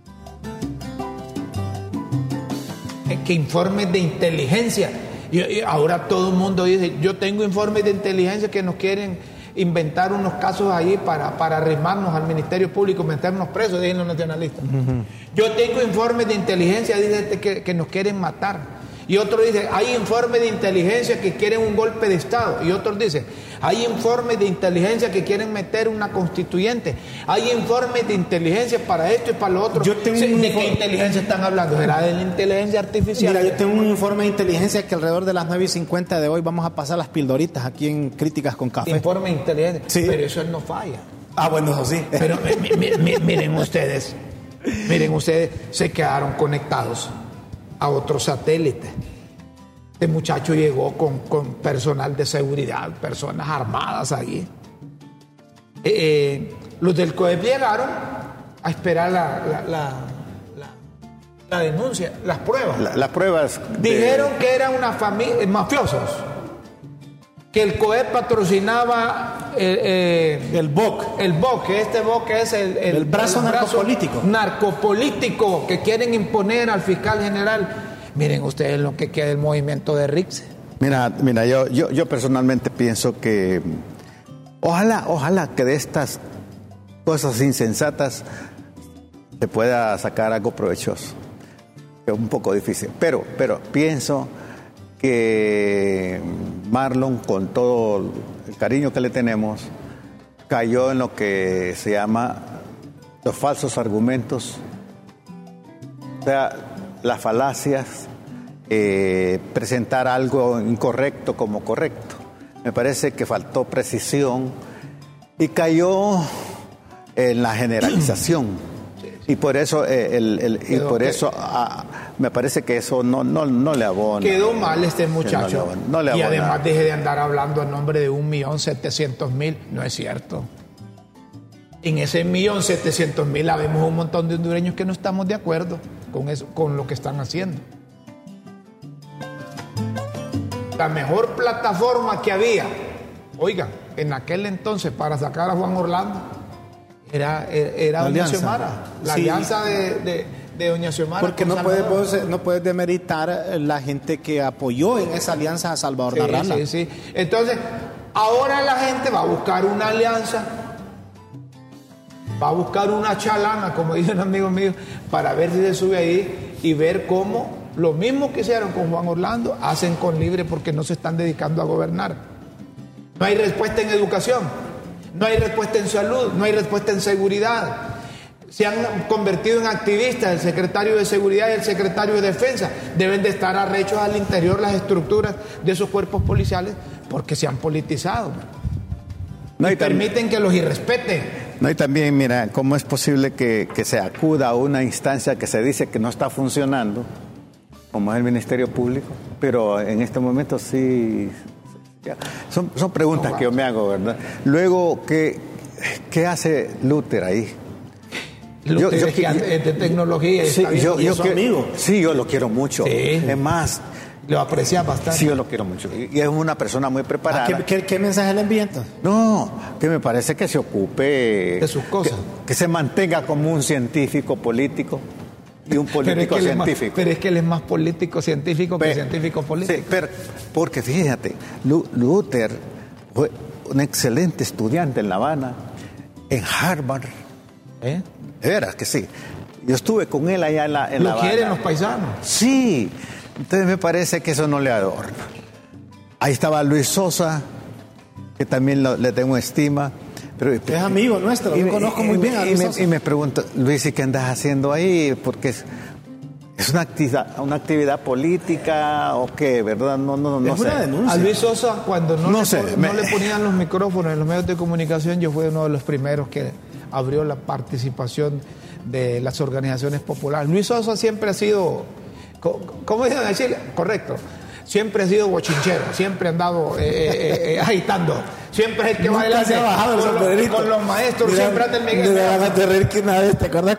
Que informes de inteligencia. Y ahora todo el mundo dice, yo tengo informes de inteligencia que nos quieren inventar unos casos ahí para arrimarnos al Ministerio Público, meternos presos, dicen los nacionalistas. Yo tengo informes de inteligencia, dice que nos quieren matar. Y otro dice, hay informes de inteligencia que quieren un golpe de Estado. Y otros dicen, hay informes de inteligencia que quieren meter una constituyente. Hay informes de inteligencia para esto y para lo otro. ¿De qué inteligencia están hablando? ¿Será de la inteligencia artificial? Mira, yo tengo un informe de inteligencia que alrededor de las 9:50 de hoy vamos a pasar las pildoritas aquí en Críticas con Café. Informe de inteligencia. Sí. Pero eso no falla. Ah, bueno, eso sí. Pero miren ustedes, se quedaron conectados a otro satélite. Este muchacho llegó con personal de seguridad, personas armadas ahí. Los del COEP llegaron a esperar la denuncia, las pruebas. Las pruebas. Dijeron que eran una familia, mafiosos, que el COEP patrocinaba el BOC. El BOC, que este BOC es el brazo narcopolítico que quieren imponer al fiscal general. Miren ustedes lo que queda del movimiento de Rixe. Mira, yo personalmente pienso que ojalá que de estas cosas insensatas se pueda sacar algo provechoso. Es un poco difícil, pero pienso que Marlon, con todo el cariño que le tenemos, cayó en lo que se llama los falsos argumentos, o sea, las falacias, presentar algo incorrecto como correcto. Me parece que faltó precisión y cayó en la generalización. Y por eso, me parece que eso no le abona. Quedó mal este muchacho. No le abona. Y además deje de andar hablando en nombre de 1.700.000. No es cierto. En ese 1.700.000 habemos un montón de hondureños que no estamos de acuerdo con eso, con lo que están haciendo. La mejor plataforma que había, oigan, en aquel entonces para sacar a Juan Orlando era Doña Xiomara, la alianza de Doña Xiomara. Porque no puedes demeritar la gente que apoyó en esa alianza a Salvador Narrala. Sí. Entonces, ahora la gente va a buscar una alianza, va a buscar una chalana, como dice un amigo mío, para ver si se sube ahí y ver cómo lo mismo que hicieron con Juan Orlando hacen con Libre, porque no se están dedicando a gobernar. No hay respuesta en educación, no hay respuesta en salud, no hay respuesta en seguridad. Se han convertido en activistas. El secretario de Seguridad y el secretario de Defensa deben de estar arrechos al interior las estructuras de esos cuerpos policiales porque se han politizado. Y permiten que los irrespeten. No, y también, mira, ¿cómo es posible que se acuda a una instancia que se dice que no está funcionando, como es el Ministerio Público, pero en este momento sí? Son preguntas que yo me hago, ¿verdad? Luego, ¿qué hace Luther ahí? Luther es de tecnología. Sí, amigo. Sí, yo lo quiero mucho. Sí. Es más, lo aprecia bastante. Sí, yo lo quiero mucho. Y es una persona muy preparada. ¿Qué mensaje le envían? No, que me parece que se ocupe de sus cosas. Que se mantenga como un científico político y un político científico. Pero es que él es más político científico que científico político. Sí, pero porque fíjate, Luther fue un excelente estudiante en La Habana, en Harvard. De veras que sí. Yo estuve con él allá en La Habana. ¿Lo quieren los paisanos? Sí. Entonces me parece que eso no le adorna. Ahí estaba Luis Sosa, que también le tengo estima. Pero, es amigo nuestro, yo conozco muy bien a Luis Sosa. Y me pregunto, Luis, ¿y qué andas haciendo ahí? Porque es una actividad política o qué, ¿verdad? No es sé. Una denuncia. A Luis Sosa, cuando no le ponían los micrófonos en los medios de comunicación, yo fui uno de los primeros que abrió la participación de las organizaciones populares. Luis Sosa siempre ha sido, ¿cómo dicen en Chile? Correcto. Siempre ha sido bochinchero, siempre ha andado agitando. Siempre es el que va adelante con los maestros. Mira, siempre anda el Miguel. Me van a reír que una vez, ¿te acuerdas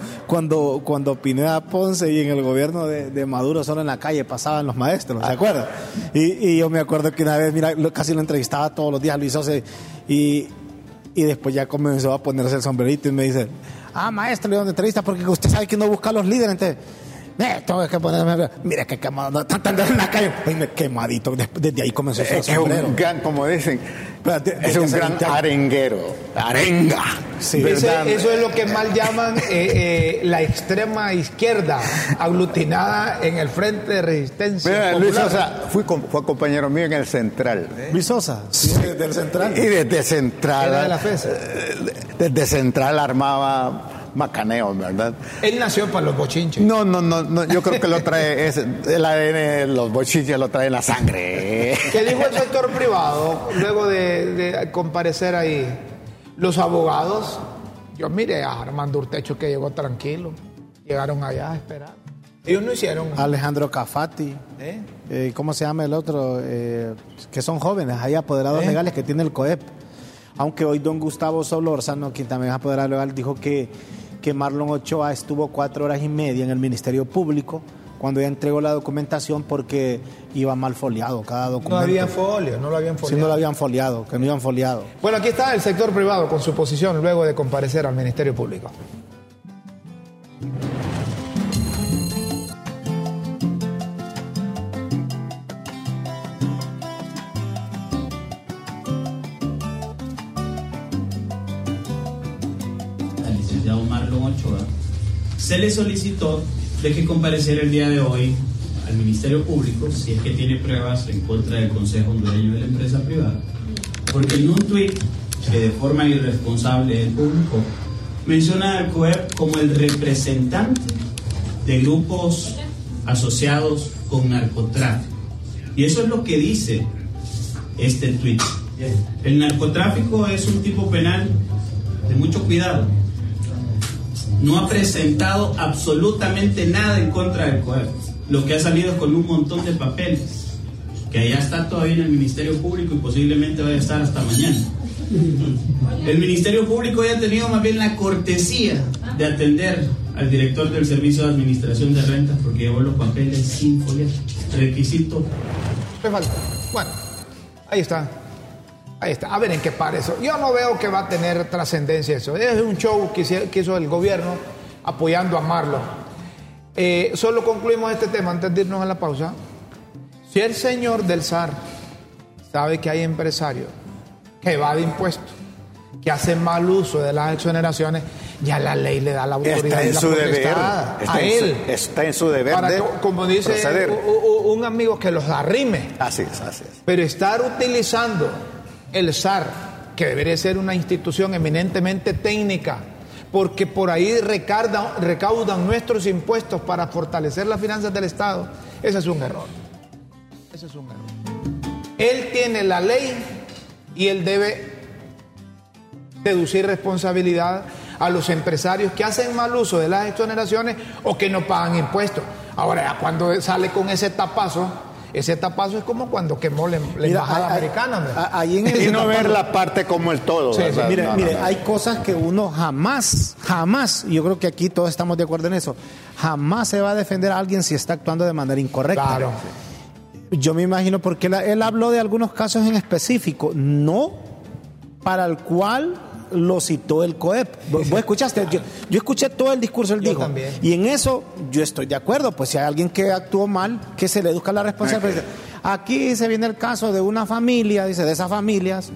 cuando Pineda Ponce y en el gobierno de Maduro solo en la calle pasaban los maestros? ¿Se acuerdan? Y yo me acuerdo que una vez, mira, casi lo entrevistaba todos los días a Luis Sosa y después ya comenzó a ponerse el sombrerito y me dice, maestro, le doy una entrevista porque usted sabe que no busca a los líderes, entonces tengo que ponerme, mira que quemado, están en la calle, quemadito, desde ahí comenzó a es un gran, como dicen, es un gran arenga. Sí. Eso es lo que mal llaman la extrema izquierda, aglutinada en el Frente de Resistencia Popular. Luis Sosa fue compañero mío en el Central. Luis Sosa, sí, del Central. Y desde Central. Era de la FESA. Desde Central armaba macaneo, ¿verdad? Él nació para los bochinches. No, yo creo que lo trae, el ADN, los bochinches lo trae en la sangre. ¿Qué dijo el sector privado luego de comparecer ahí? Los abogados, yo miré a Armando Urtecho que llegó tranquilo, llegaron allá a esperar. Ellos no hicieron. Alejandro Cafati, ¿cómo se llama el otro? Que son jóvenes, hay apoderados legales que tiene el COEP. Aunque hoy don Gustavo Solórzano, quien también es apoderado legal, dijo que Marlon Ochoa estuvo 4 horas y media en el Ministerio Público cuando ya entregó la documentación porque iba mal foliado cada documento. No había folio, no lo habían foliado. Sí, no lo habían foliado, que no iban foliado. Bueno, aquí está el sector privado con su posición luego de comparecer al Ministerio Público. Marlon Ochoa, se le solicitó de que compareciera el día de hoy al Ministerio Público si es que tiene pruebas en contra del Consejo Hondureño de la Empresa Privada, porque en un tuit que de forma irresponsable él publicó menciona al COEP como el representante de grupos asociados con narcotráfico, y eso es lo que dice este tuit. El narcotráfico es un tipo penal de mucho cuidado. No ha presentado absolutamente nada en contra del COEP. Lo que ha salido es con un montón de papeles, que allá está todavía en el Ministerio Público y posiblemente vaya a estar hasta mañana. El Ministerio Público ya ha tenido más bien la cortesía de atender al director del Servicio de Administración de Rentas porque llevó los papeles sin folleto. Requisito. Me falta. Bueno, ahí está. Ahí está. A ver en qué para eso. Yo no veo que va a tener trascendencia eso. Es un show que hizo el gobierno apoyando a Marlon. Solo concluimos este tema antes de irnos a la pausa. Si el señor del SAR sabe que hay empresarios que evaden impuestos, que hacen mal uso de las exoneraciones, ya la ley le da la autoridad y la potestad a él. Está en su deber para de como dice proceder. Un amigo, que los arrime. Así es, así es. Pero estar utilizando el SAR, que debería ser una institución eminentemente técnica, porque por ahí recaudan nuestros impuestos para fortalecer las finanzas del Estado, ese es un error. Ese es un error. Él tiene la ley y él debe deducir responsabilidad a los empresarios que hacen mal uso de las exoneraciones o que no pagan impuestos. Ahora, cuando sale con ese tapazo es como cuando quemó la embajada americana. Ahí en y no ver la parte como el todo. Sí, sí. Mire, hay cosas que uno jamás, y yo creo que aquí todos estamos de acuerdo en eso, jamás se va a defender a alguien si está actuando de manera incorrecta. Claro. Yo me imagino, porque él habló de algunos casos en específico, no para el cual lo citó el COEP. ¿Vos escuchaste? Yo escuché todo el discurso, él dijo. También. Y en eso yo estoy de acuerdo, pues si hay alguien que actuó mal, que se le deduzca la responsabilidad. Aquí se viene el caso de una familia, dice, de esas familias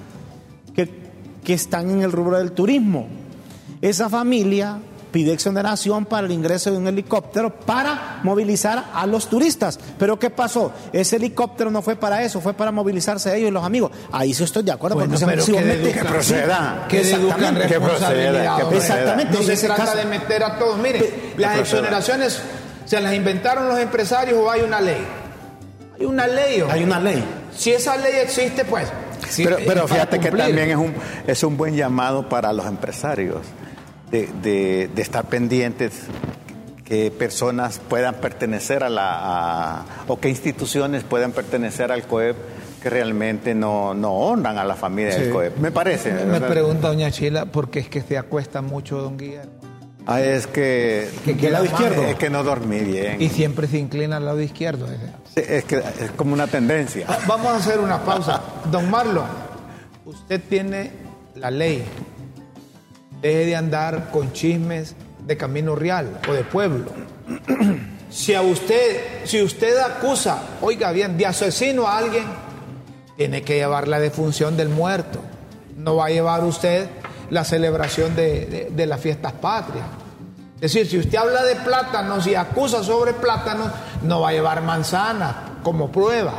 que están en el rubro del turismo. Esa familia pide exoneración para el ingreso de un helicóptero para movilizar a los turistas. Pero ¿qué pasó? Ese helicóptero no fue para eso, fue para movilizarse ellos y los amigos. Ahí sí estoy de acuerdo. Bueno, porque pero que proceda. Que deduzcan responsabilidad. Exactamente. No se trata de meter a todos. Miren, las exoneraciones se las inventaron los empresarios o hay una ley. Hay una ley. Hay una ley. Si esa ley existe, pues. Sí, pero fíjate que también es un buen llamado para los empresarios. De estar pendientes que personas puedan pertenecer o que instituciones puedan pertenecer al COEP que realmente no honran a la familia del COEP. Me parece. Me pregunta doña Chila, ¿por qué es que se acuesta mucho don Guillermo? Es que el lado izquierdo. Es que no dormí bien. Y siempre se inclina al lado izquierdo. Sí, es que es como una tendencia. Vamos a hacer una pausa. Don Marlon, usted tiene la ley. Deje de andar con chismes de Camino Real o de pueblo. Si usted acusa, oiga bien, de asesino a alguien, tiene que llevar la defunción del muerto. No va a llevar usted la celebración de las fiestas patrias. Es decir, si usted habla de plátanos y acusa sobre plátanos, no va a llevar manzanas como prueba.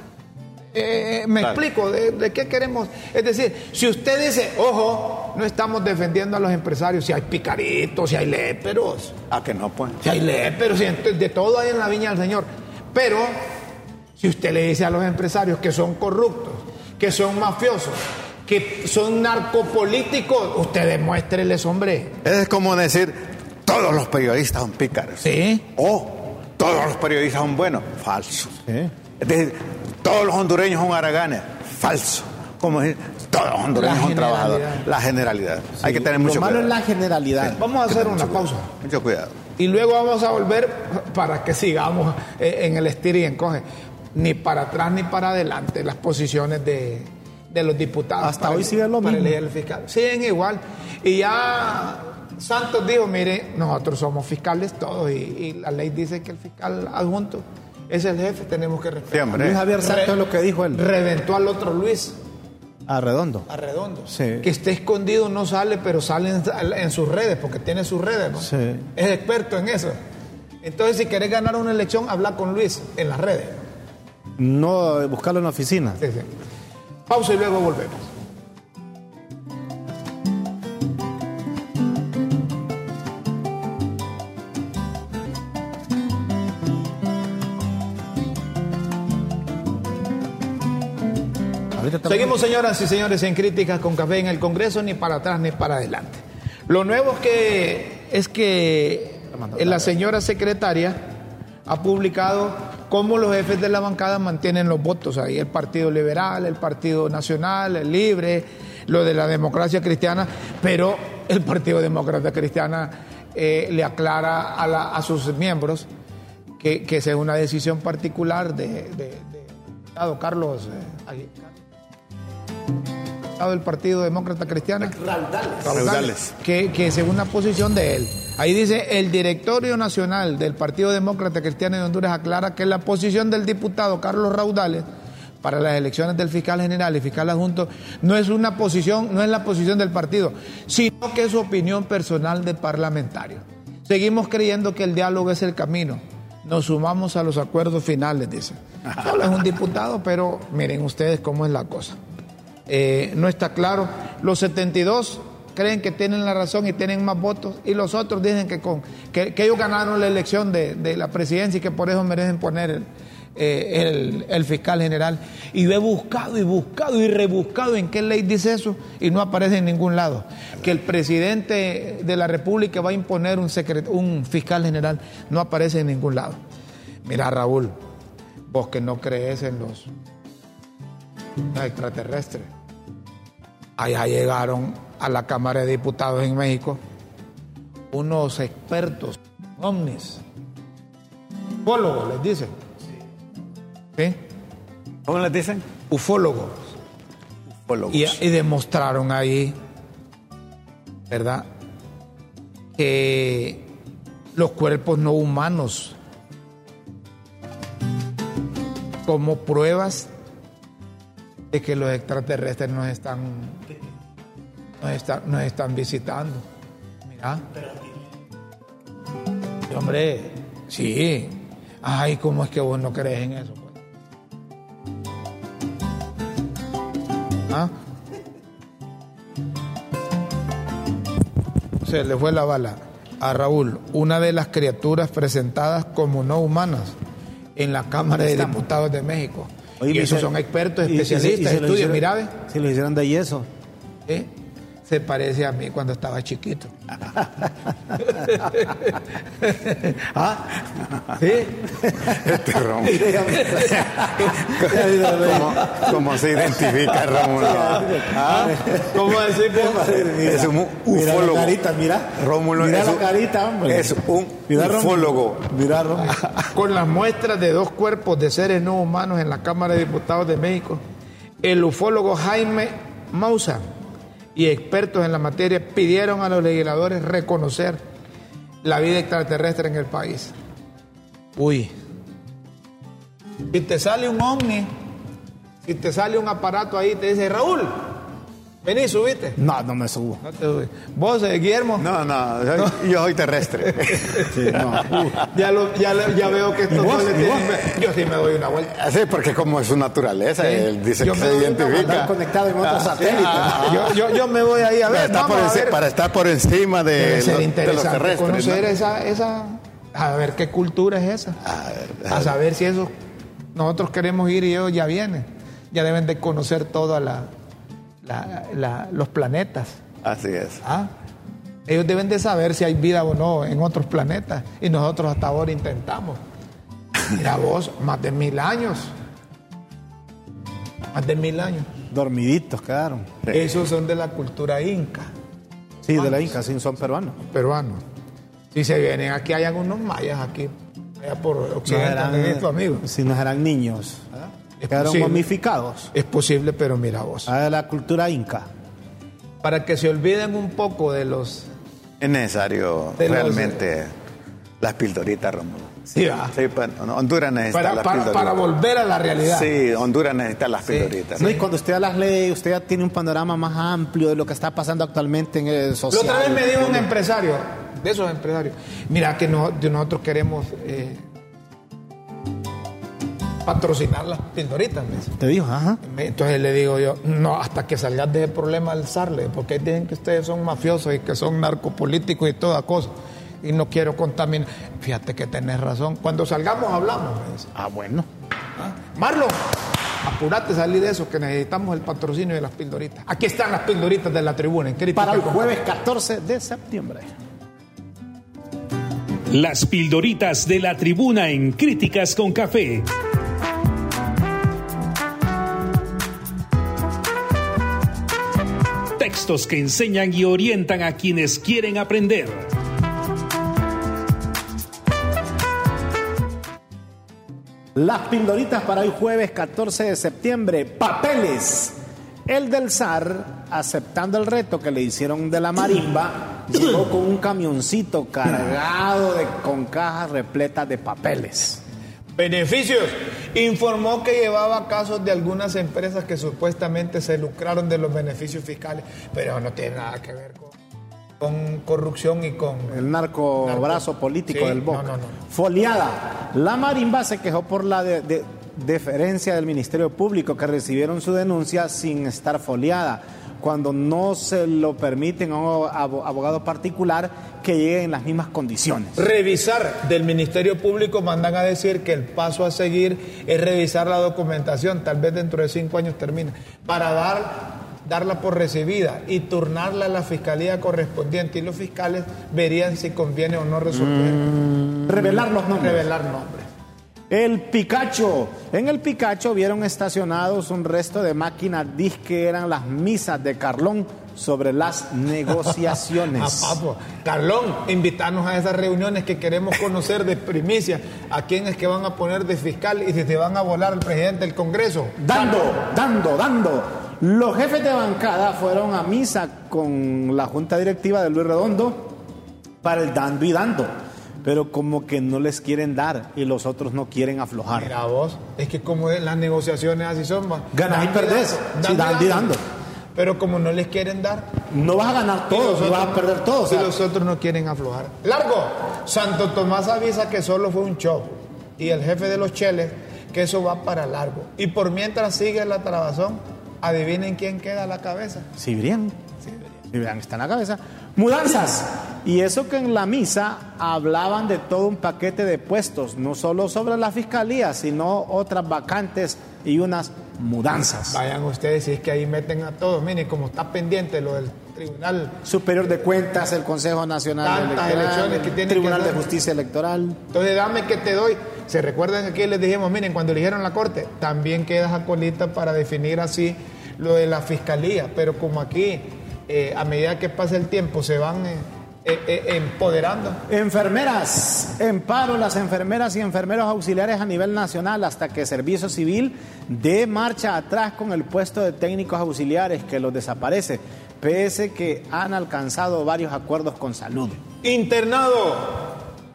Me explico de qué queremos. Es decir, si usted dice, ojo, no estamos defendiendo a los empresarios, si hay picaritos, si hay léperos. Que no, pues. Si hay léperos, si de todo hay en la viña del Señor. Pero, si usted le dice a los empresarios que son corruptos, que son mafiosos, que son narcopolíticos, usted demuéstreles, hombre. Es como decir, todos los periodistas son pícaros. Sí. O todos los periodistas son buenos. Falso. Sí. Es decir, todos los hondureños son haraganes. Falso. Como decir, todos los hondureños son trabajadores. La generalidad. Sí. Hay que tener mucho cuidado. Lo malo es la generalidad. Sí. Vamos a hacer una pausa. Mucho cuidado. Y luego vamos a volver para que sigamos en el estira y encoge. Ni para atrás ni para adelante las posiciones de los diputados. Hasta hoy sigue lo mismo. El fiscal. Siguen igual. Y ya Santos dijo, mire, nosotros somos fiscales todos y la ley dice que el fiscal adjunto es el jefe, tenemos que respetar. Sí, Luis Javier Santos es lo que dijo él. Reventó al otro Luis. Arredondo. Sí. Que esté escondido no sale, pero sale en sus redes, porque tiene sus redes, ¿no? Sí. Es experto en eso. Entonces, si querés ganar una elección, habla con Luis en las redes. No buscarlo en la oficina. Sí. Pausa y luego volvemos. Seguimos, señoras y señores, en Críticas con Café en el Congreso, ni para atrás ni para adelante. Lo nuevo es que la señora secretaria ha publicado cómo los jefes de la bancada mantienen los votos ahí, el Partido Liberal, el Partido Nacional, el Libre, lo de la Democracia Cristiana, pero el Partido Demócrata Cristiana le aclara a sus miembros que esa es una decisión particular de Carlos del Partido Demócrata Cristiano, Raudales. Que es una posición de él. Ahí dice: el Directorio Nacional del Partido Demócrata Cristiano de Honduras aclara que la posición del diputado Carlos Raudales para las elecciones del fiscal general y fiscal adjunto no es la posición del partido, sino que es su opinión personal de parlamentario. Seguimos creyendo que el diálogo es el camino. Nos sumamos a los acuerdos finales, dice. Solo es un diputado, pero miren ustedes cómo es la cosa. No está claro. Los 72 creen que tienen la razón y tienen más votos, y los otros dicen que ellos ganaron la elección de la presidencia y que por eso merecen poner el fiscal general. Y yo he buscado y rebuscado en qué ley dice eso y no aparece en ningún lado. Que el presidente de la República va a imponer un fiscal general, no aparece en ningún lado. Mira, Raúl, vos que no crees en los extraterrestres, allá llegaron a la Cámara de Diputados en México unos expertos, ovnis, ufólogos les dicen. ¿Sí? ¿Cómo les dicen? Ufólogos. Y demostraron ahí, ¿verdad?, que los cuerpos no humanos como pruebas de que los extraterrestres nos están visitando. Mira. Y hombre, sí. Ay, ¿cómo es que vos no crees en eso? ¿Ah? Se le fue la bala a Raúl, una de las criaturas presentadas como no humanas en la Cámara de Diputados de México. Oye, y esos son expertos, especialistas, estudios, mira. Si lo hicieron de yeso. Se parece a mí cuando estaba chiquito. ¿Ah? ¿Sí? Este Rómulo. ¿Cómo se identifica Rómulo? ¿Ah? ¿Cómo decir? Es un ufólogo. Mira la carita, mira. Rómulo mira la carita, hombre. Es un ufólogo. Mira, Rómulo. Con las muestras de 2 cuerpos de seres no humanos en la Cámara de Diputados de México, el ufólogo Jaime Maussan y expertos en la materia pidieron a los legisladores reconocer la vida extraterrestre en el país. Uy, si te sale un ovni, si te sale un aparato ahí, te dice: Raúl, vení, subite. No me subo. No te subes. ¿Vos, Guillermo? No, yo soy terrestre. Sí, no. Ya veo que esto no le tiene. Yo sí me doy una vuelta. Sí, porque como es su naturaleza, ¿sí? Él dice que se identifica. Estar conectado en otros satélites. Yo me voy ahí a ver. Para estar por encima de los terrestres. Conocer, ¿no? A ver qué cultura es esa. A saber si eso nosotros queremos ir y ellos ya vienen. Ya deben de conocer toda los planetas. Así es. Ellos deben de saber si hay vida o no en otros planetas, y nosotros hasta ahora intentamos. Mira vos, más de 1000 años. Dormiditos quedaron. Sí. Esos son de la cultura inca. Sí, de la inca, sí, son peruanos. Si se vienen aquí, hay algunos mayas aquí, allá por occidente, amigos. Si no eran niños. Quedaron momificados. Es posible, pero mira vos. De la cultura inca. Para que se olviden un poco de los... Es necesario realmente las pildoritas, Rómulo. Sí, Honduras necesita las pildoritas. Para volver a la realidad. Sí, Honduras necesita las pildoritas. No, y cuando usted las lee, usted ya tiene un panorama más amplio de lo que está pasando actualmente en el social. La otra vez me dijo un empresario, de esos empresarios, mira que nosotros queremos... patrocinar las pildoritas. Te dijo, ajá. Entonces le digo yo, no, hasta que salgas de ese problema, alzarle, porque dicen que ustedes son mafiosos y que son narcopolíticos y toda cosa, y no quiero contaminar. Fíjate que tenés razón, cuando salgamos hablamos. Bueno. Marlon, Apurate a salir de eso, que necesitamos el patrocinio de las pildoritas. Aquí están las pildoritas de la tribuna. En Críticas Para el con jueves 14 de septiembre. Las pildoritas de la tribuna en Críticas con Café. Textos que enseñan y orientan a quienes quieren aprender. Las pildoritas para hoy jueves 14 de septiembre. Papeles. El del SAR, aceptando el reto que le hicieron de la marimba, llegó con un camioncito cargado con cajas repletas de papeles. Beneficios. Informó que llevaba casos de algunas empresas que supuestamente se lucraron de los beneficios fiscales, pero no tiene nada que ver con corrupción y con el narco brazo político, sí, del Boca. No. Foliada. La marimba se quejó por la deferencia del Ministerio Público, que recibieron su denuncia sin estar foliada, cuando no se lo permiten a un abogado particular que llegue en las mismas condiciones. Revisar. Del Ministerio Público mandan a decir que el paso a seguir es revisar la documentación, tal vez dentro de 5 años termine, para darla por recibida y turnarla a la fiscalía correspondiente, y los fiscales verían si conviene o no resolver. Revelar los nombres. Revelar nombres. El Picacho. En el Picacho vieron estacionados un resto de máquinas que eran las misas de Carlón sobre las negociaciones. Papo, Carlón, invitarnos a esas reuniones que queremos conocer de primicia, a quiénes que van a poner de fiscal y si te van a volar al presidente del Congreso. Dando. Los jefes de bancada fueron a misa con la junta directiva de Luis Redondo para el dando y dando, pero como que no les quieren dar y los otros no quieren aflojar. Mira vos, es que como las negociaciones así son, ganas y perdés, dando y dando. Pero como no les quieren dar, no vas a ganar todo, no vas a perder todo. Y los otros no quieren aflojar. Largo. Santo Tomás avisa que solo fue un show, y el jefe de los cheles que eso va para largo. Y por mientras sigue la trabazón, adivinen quién queda a la cabeza. Cibrián está en la cabeza. Mudanzas. Y eso que en la misa hablaban de todo un paquete de puestos, no solo sobre la fiscalía, sino otras vacantes y unas mudanzas. Vayan ustedes, si es que ahí meten a todos. Miren, como está pendiente lo del Tribunal Superior de Cuentas, el Consejo Nacional Electoral, que tienen Tribunal de Justicia Electoral. Entonces, dame que te doy. ¿Se recuerdan que aquí les dijimos, miren, cuando eligieron la Corte, también quedas a colita para definir así lo de la fiscalía? Pero como aquí, a medida que pasa el tiempo, se van empoderando. Enfermeras, en paro las enfermeras y enfermeros auxiliares a nivel nacional hasta que Servicio Civil dé marcha atrás con el puesto de técnicos auxiliares que los desaparece, pese que han alcanzado varios acuerdos con salud. Internado.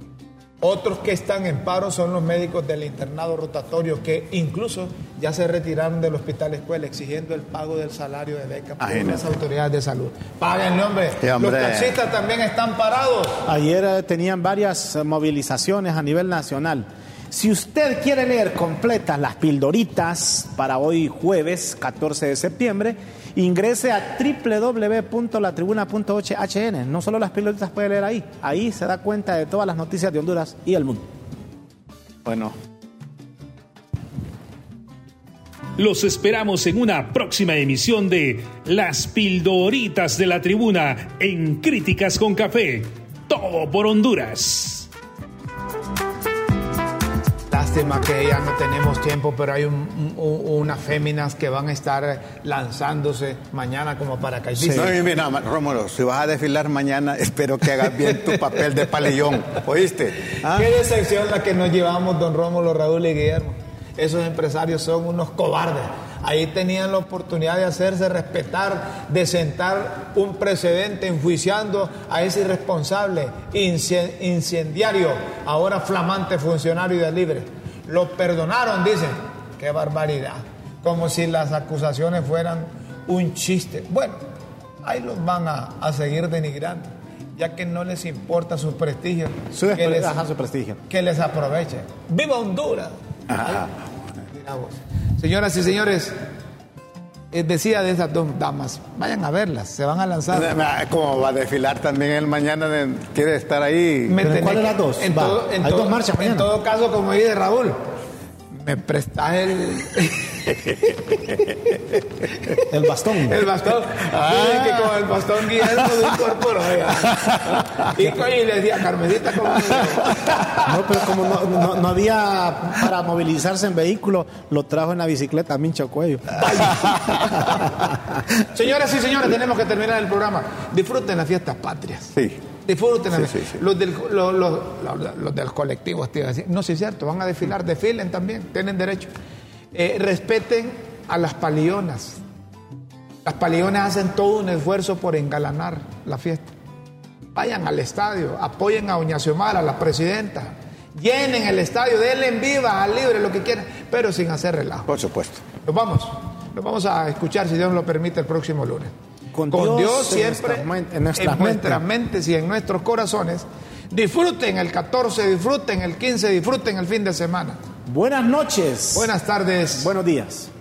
Otros que están en paro son los médicos del internado rotatorio, que incluso ya se retiraron del hospital escuela exigiendo el pago del salario de beca por las autoridades de salud. Páguenle, hombre. Sí, hombre. Los taxistas también están parados. Ayer tenían varias movilizaciones a nivel nacional. Si usted quiere leer completas las pildoritas para hoy jueves 14 de septiembre, ingrese a www.latribuna.hn. No solo las pildoritas puede leer ahí. Ahí se da cuenta de todas las noticias de Honduras y el mundo. Bueno. Los esperamos en una próxima emisión de Las Pildoritas de la Tribuna en Críticas con Café. Todo por Honduras. Lástima que ya no tenemos tiempo, pero hay unas féminas que van a estar lanzándose mañana como paracaidistas. Sí. No, mira, Rómulo, si vas a desfilar mañana, espero que hagas bien tu papel de palillón. ¿Oíste? ¿Ah? Qué decepción la que nos llevamos, don Rómulo, Raúl y Guillermo. Esos empresarios son unos cobardes. Ahí tenían la oportunidad de hacerse respetar, de sentar un precedente enjuiciando a ese irresponsable, incendiario, ahora flamante funcionario de Libre. Lo perdonaron, dicen. ¡Qué barbaridad! Como si las acusaciones fueran un chiste. Bueno, ahí los van a seguir denigrando, ya que no les importa su prestigio. Su prestigio. Que les aprovechen. ¡Viva Honduras! Señoras y señores, decía de esas dos damas, vayan a verlas, se van a lanzar. Como va a desfilar también el mañana, quiere estar ahí. ¿Cuál de las dos? En todo caso, como dice Raúl, Me prestas el bastón. El bastón. Miren que con el bastón Guillermo de un corporo. Y le decía, Carmencita, ¿cómo? No, pero como no había para movilizarse en vehículo, lo trajo en la bicicleta a Mincho Cuello. Señoras y señores, tenemos que terminar el programa. Disfruten las fiestas patrias. Sí. Disfruten. Sí. Los del colectivo, no, sí es cierto, van a desfilar, desfilen también, tienen derecho. Respeten a las palionas. Las palionas hacen todo un esfuerzo por engalanar la fiesta. Vayan al estadio, apoyen a doña Xiomara, a la presidenta, llenen el estadio, denle en viva, al libre, lo que quieran, pero sin hacer relajo. Por supuesto. Nos vamos a escuchar, si Dios lo permite, el próximo lunes. Con Dios siempre en nuestras mentes y en nuestros corazones. Disfruten el 14, disfruten el 15, disfruten el fin de semana. Buenas noches. Buenas tardes. Buenos días.